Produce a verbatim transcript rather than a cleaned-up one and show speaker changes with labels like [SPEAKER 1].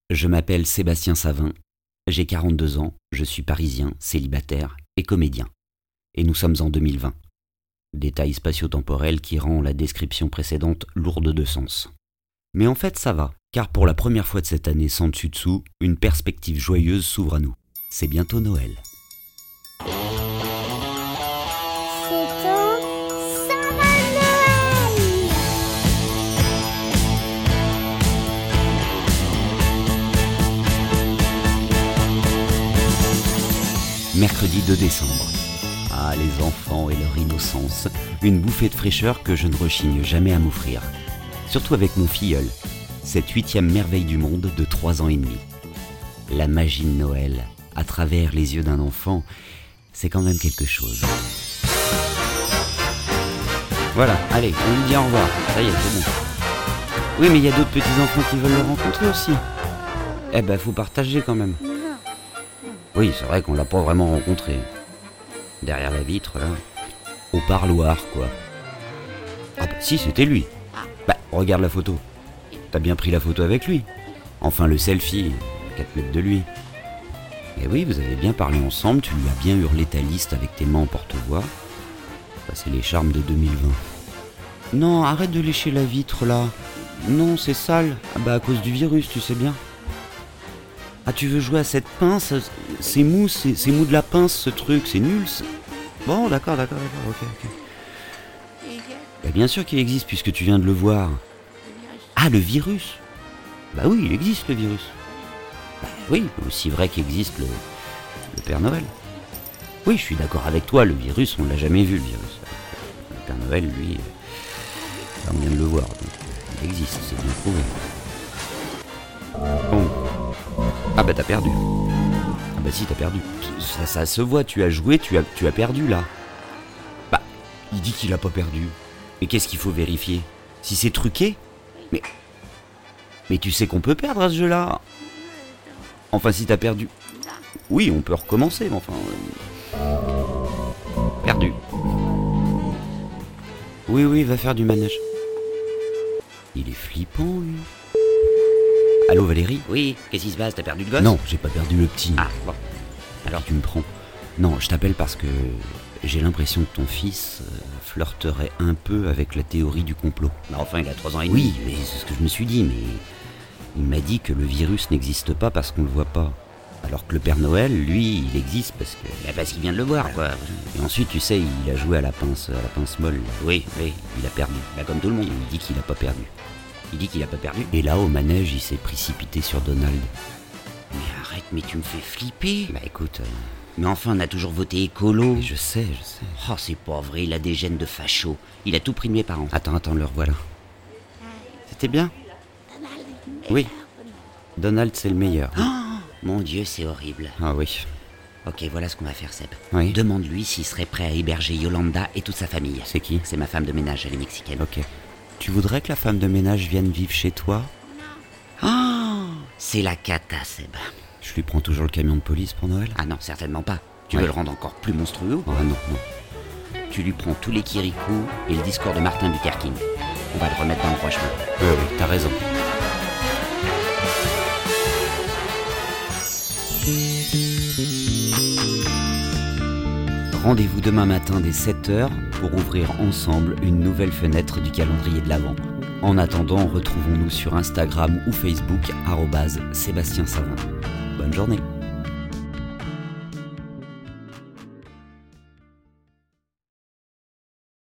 [SPEAKER 1] Je m'appelle Sébastien Savin, j'ai quarante-deux ans, je suis parisien, célibataire et comédien. Et nous sommes en deux mille vingt. Détail spatio-temporel qui rend la description précédente lourde de sens. Mais en fait ça va, car pour la première fois de cette année sans dessus-dessous, une perspective joyeuse s'ouvre à nous. C'est bientôt Noël. Mercredi deux décembre. Ah, les enfants et leur innocence. Une bouffée de fraîcheur que je ne rechigne jamais à m'offrir. Surtout avec mon filleul, cette huitième merveille du monde de trois ans et demi. La magie de Noël, à travers les yeux d'un enfant, c'est quand même quelque chose. Voilà, allez, on lui dit au revoir. Ça y est, c'est bon. Oui, mais il y a d'autres petits-enfants qui veulent le rencontrer aussi. Eh ben, faut partager quand même. Oui, c'est vrai qu'on l'a pas vraiment rencontré. Derrière la vitre, là. Au parloir, quoi. Ah bah si, c'était lui. Bah, regarde la photo. T'as bien pris la photo avec lui. Enfin, le selfie, à quatre mètres de lui. Et oui, vous avez bien parlé ensemble, tu lui as bien hurlé ta liste avec tes mains en porte-voix. Bah, c'est les charmes de deux mille vingt. Non, arrête de lécher la vitre, là. Non, c'est sale. Ah bah, à cause du virus, tu sais bien. Ah, tu veux jouer à cette pince? C'est mou, c'est, c'est mou de la pince, ce truc, c'est nul. C'est... Bon, d'accord, d'accord, d'accord, ok, ok. Bah, bien sûr qu'il existe, puisque tu viens de le voir. Ah, le virus? Bah oui, il existe, le virus. Bah oui, aussi vrai qu'existe le, le Père Noël. Oui, je suis d'accord avec toi, le virus, on l'a jamais vu, le virus. Le Père Noël, lui, bah, on vient de le voir, donc il existe, c'est bien prouvé. Bon. Ah bah t'as perdu. Ah bah si, t'as perdu. Ça, ça se voit, tu as joué, tu as, tu as perdu là. Bah, il dit qu'il a pas perdu. Mais qu'est-ce qu'il faut vérifier? Si c'est truqué? Mais... Mais tu sais qu'on peut perdre à ce jeu-là. Enfin, si t'as perdu... Oui, on peut recommencer, mais enfin... euh, Perdu. Oui, oui, va faire du manège. Il est flippant, lui. Allô Valérie?
[SPEAKER 2] Oui, qu'est-ce qui se passe? T'as perdu le gosse?
[SPEAKER 1] Non, j'ai pas perdu le petit.
[SPEAKER 2] Ah, bon.
[SPEAKER 1] Alors tu me prends. Non, je t'appelle parce que j'ai l'impression que ton fils euh, flirterait un peu avec la théorie du complot.
[SPEAKER 2] Bah enfin, il a trois ans et demi.
[SPEAKER 1] Oui, mais c'est ce que je me suis dit, mais il m'a dit que le virus n'existe pas parce qu'on le voit pas. Alors que le Père Noël, lui, il existe parce que...
[SPEAKER 2] Bah parce qu'il vient de le voir, quoi.
[SPEAKER 1] Et ensuite, tu sais, il a joué à la pince, à la pince molle.
[SPEAKER 2] Oui, oui,
[SPEAKER 1] Il a perdu.
[SPEAKER 2] bah comme tout le monde.
[SPEAKER 1] Il dit qu'il a pas perdu.
[SPEAKER 2] Il dit qu'il a pas perdu.
[SPEAKER 1] Et là, au manège, il s'est précipité sur Donald.
[SPEAKER 2] Mais arrête, mais tu me fais flipper.
[SPEAKER 1] Bah écoute... euh,
[SPEAKER 2] Mais enfin, on a toujours voté écolo.
[SPEAKER 1] je sais, je sais.
[SPEAKER 2] Oh, c'est pas vrai, il a des gènes de facho. Il a tout pris de mes parents.
[SPEAKER 1] Attends, attends, le revoilà. C'était bien? Oui. Donald, c'est le meilleur.
[SPEAKER 2] Oh, mon Dieu, c'est horrible.
[SPEAKER 1] Ah oui.
[SPEAKER 2] Ok, voilà ce qu'on va faire, Seb.
[SPEAKER 1] Oui.
[SPEAKER 2] Demande-lui s'il serait prêt à héberger Yolanda et toute sa famille.
[SPEAKER 1] C'est qui?
[SPEAKER 2] C'est ma femme de ménage, elle est mexicaine.
[SPEAKER 1] Ok. Tu voudrais que la femme de ménage vienne vivre chez toi?
[SPEAKER 2] Oh, c'est la cata, Seb.
[SPEAKER 1] Je lui prends toujours le camion de police pour Noël?
[SPEAKER 2] Ah non, certainement pas. Tu
[SPEAKER 1] Ouais.
[SPEAKER 2] veux le rendre encore plus monstrueux?
[SPEAKER 1] Ah non, non.
[SPEAKER 2] Tu lui prends tous les kirikou et le discours de Martin Luther King. On va le remettre dans le droit chemin.
[SPEAKER 1] Oui, oui, t'as raison. Rendez-vous demain matin dès sept heures pour ouvrir ensemble une nouvelle fenêtre du calendrier de l'Avent. En attendant, retrouvons-nous sur Instagram ou Facebook, arobase Sébastien Savin. Bonne journée.